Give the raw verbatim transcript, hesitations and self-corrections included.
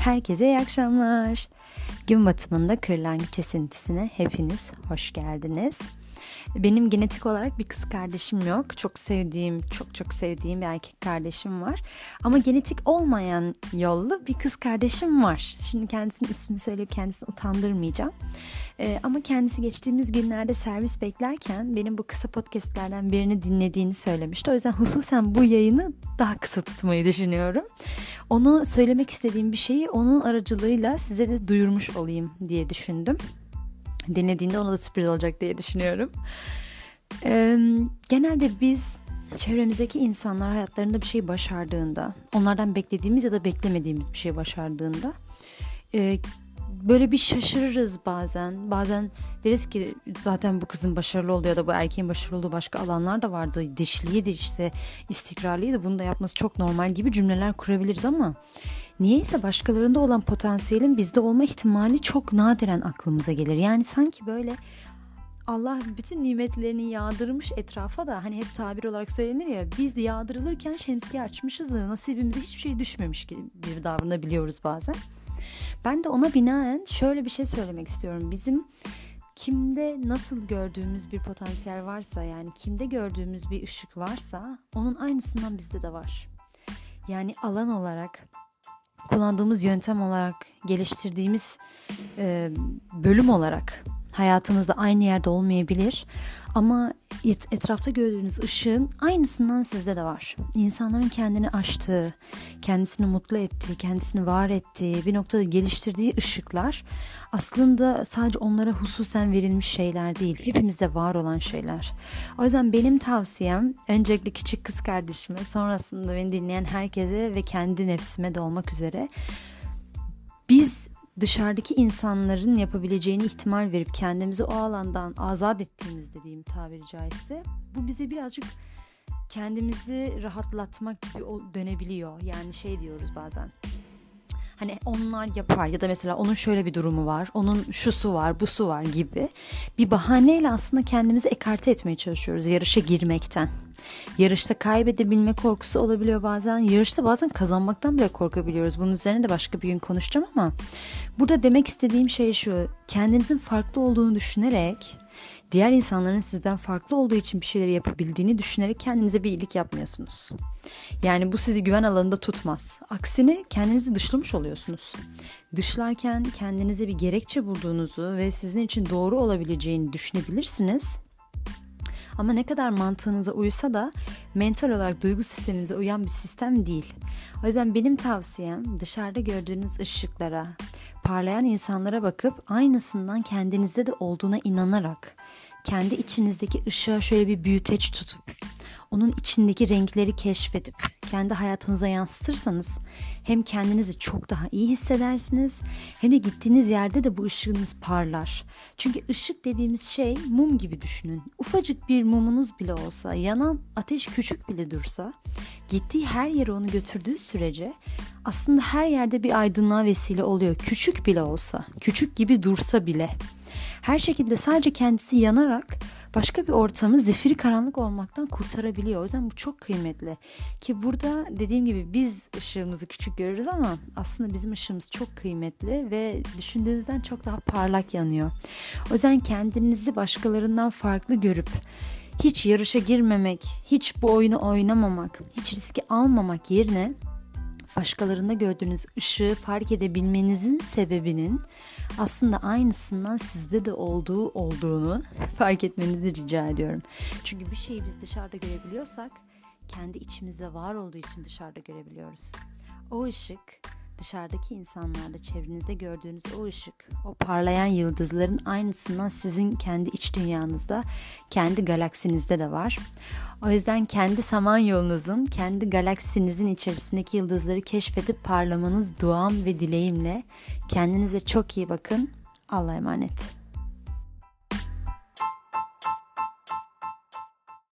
Herkese iyi akşamlar. Gün batımında kırlangıç esintisine hepiniz hoş geldiniz. Benim genetik olarak bir kız kardeşim yok. Çok sevdiğim, çok çok sevdiğim bir erkek kardeşim var. Ama genetik olmayan yollu bir kız kardeşim var. Şimdi kendisinin ismini söyleyip kendisini utandırmayacağım. Ee, ama kendisi geçtiğimiz günlerde servis beklerken benim bu kısa podcastlerden birini dinlediğini söylemişti. O yüzden hususen bu yayını daha kısa tutmayı düşünüyorum. Onu söylemek istediğim bir şeyi onun aracılığıyla size de duyurmuş olayım diye düşündüm. Dinlediğinde ona da sürpriz olacak diye düşünüyorum. Ee, genelde biz çevremizdeki insanlar hayatlarında bir şey başardığında, onlardan beklediğimiz ya da beklemediğimiz bir şey başardığında e, böyle bir şaşırırız bazen. Bazen deriz ki zaten bu kızın başarılı olduğu ya da bu erkeğin başarılı olduğu başka alanlar da vardı. Dişliydi, işte istikrarlıydı, bunu da yapması çok normal gibi cümleler kurabiliriz ama niyeyse başkalarında olan potansiyelin bizde olma ihtimali çok nadiren aklımıza gelir. Yani sanki böyle Allah bütün nimetlerini yağdırmış etrafa da, hani hep tabir olarak söylenir ya, biz yağdırılırken şemsiye açmışız da nasibimize hiçbir şey düşmemiş gibi davranabiliyoruz bazen. Ben de ona binaen şöyle bir şey söylemek istiyorum. Bizim kimde nasıl gördüğümüz bir potansiyel varsa, yani kimde gördüğümüz bir ışık varsa onun aynısından bizde de var. Yani alan olarak, kullandığımız yöntem olarak, geliştirdiğimiz e, bölüm olarak hayatımızda aynı yerde olmayabilir. Ama etrafta gördüğünüz ışığın aynısından sizde de var. İnsanların kendini aştığı, kendisini mutlu ettiği, kendisini var ettiği, bir noktada geliştirdiği ışıklar aslında sadece onlara hususen verilmiş şeyler değil. Hepimizde var olan şeyler. O yüzden benim tavsiyem öncelikle küçük kız kardeşime, sonrasında beni dinleyen herkese ve kendi nefsime de olmak üzere, biz dışarıdaki insanların yapabileceğini ihtimal verip kendimizi o alandan azat ettiğimiz, dediğim tabiri caizse, bu bize birazcık kendimizi rahatlatmak gibi dönebiliyor. Yani şey diyoruz bazen, hani onlar yapar ya da mesela onun şöyle bir durumu var, onun şusu var, busu var gibi bir bahaneyle aslında kendimizi ekarte etmeye çalışıyoruz yarışa girmekten. Yarışta kaybedebilme korkusu olabiliyor bazen. Yarışta bazen kazanmaktan bile korkabiliyoruz. Bunun üzerine de başka bir gün konuşacağım ama burada demek istediğim şey şu: kendinizin farklı olduğunu düşünerek, diğer insanların sizden farklı olduğu için bir şeyleri yapabildiğini düşünerek kendinize bir iyilik yapmıyorsunuz. Yani bu sizi güven alanında tutmaz. Aksine kendinizi dışlamış oluyorsunuz. Dışlarken kendinize bir gerekçe bulduğunuzu ve sizin için doğru olabileceğini düşünebilirsiniz. Ama ne kadar mantığınıza uysa da mental olarak duygu sisteminize uyan bir sistem değil. O yüzden benim tavsiyem, dışarıda gördüğünüz ışıklara, parlayan insanlara bakıp aynısından kendinizde de olduğuna inanarak, kendi içinizdeki ışığa şöyle bir büyüteç tutup, onun içindeki renkleri keşfedip kendi hayatınıza yansıtırsanız hem kendinizi çok daha iyi hissedersiniz, hem de gittiğiniz yerde de bu ışığınız parlar. Çünkü ışık dediğimiz şey mum gibi düşünün. Ufacık bir mumunuz bile olsa, yanan ateş küçük bile dursa, gittiği her yere onu götürdüğü sürece aslında her yerde bir aydınlığa vesile oluyor. Küçük bile olsa, küçük gibi dursa bile. Her şekilde sadece kendisi yanarak başka bir ortamı zifiri karanlık olmaktan kurtarabiliyor. O yüzden bu çok kıymetli. Ki burada dediğim gibi biz ışığımızı küçük görürüz ama aslında bizim ışığımız çok kıymetli ve düşündüğümüzden çok daha parlak yanıyor. O yüzden kendinizi başkalarından farklı görüp hiç yarışa girmemek, hiç bu oyunu oynamamak, hiç riski almamak yerine başkalarında gördüğünüz ışığı fark edebilmenizin sebebinin aslında aynısından sizde de olduğu olduğunu fark etmenizi rica ediyorum. Çünkü bir şeyi biz dışarıda görebiliyorsak kendi içimizde var olduğu için dışarıda görebiliyoruz. O ışık dışarıdaki insanlarda, çevrenizde gördüğünüz o ışık, o parlayan yıldızların aynısından sizin kendi iç dünyanızda, kendi galaksinizde de var. O yüzden kendi samanyolunuzun, kendi galaksinizin içerisindeki yıldızları keşfedip parlamanız duam ve dileğimle. Kendinize çok iyi bakın. Allah'a emanet.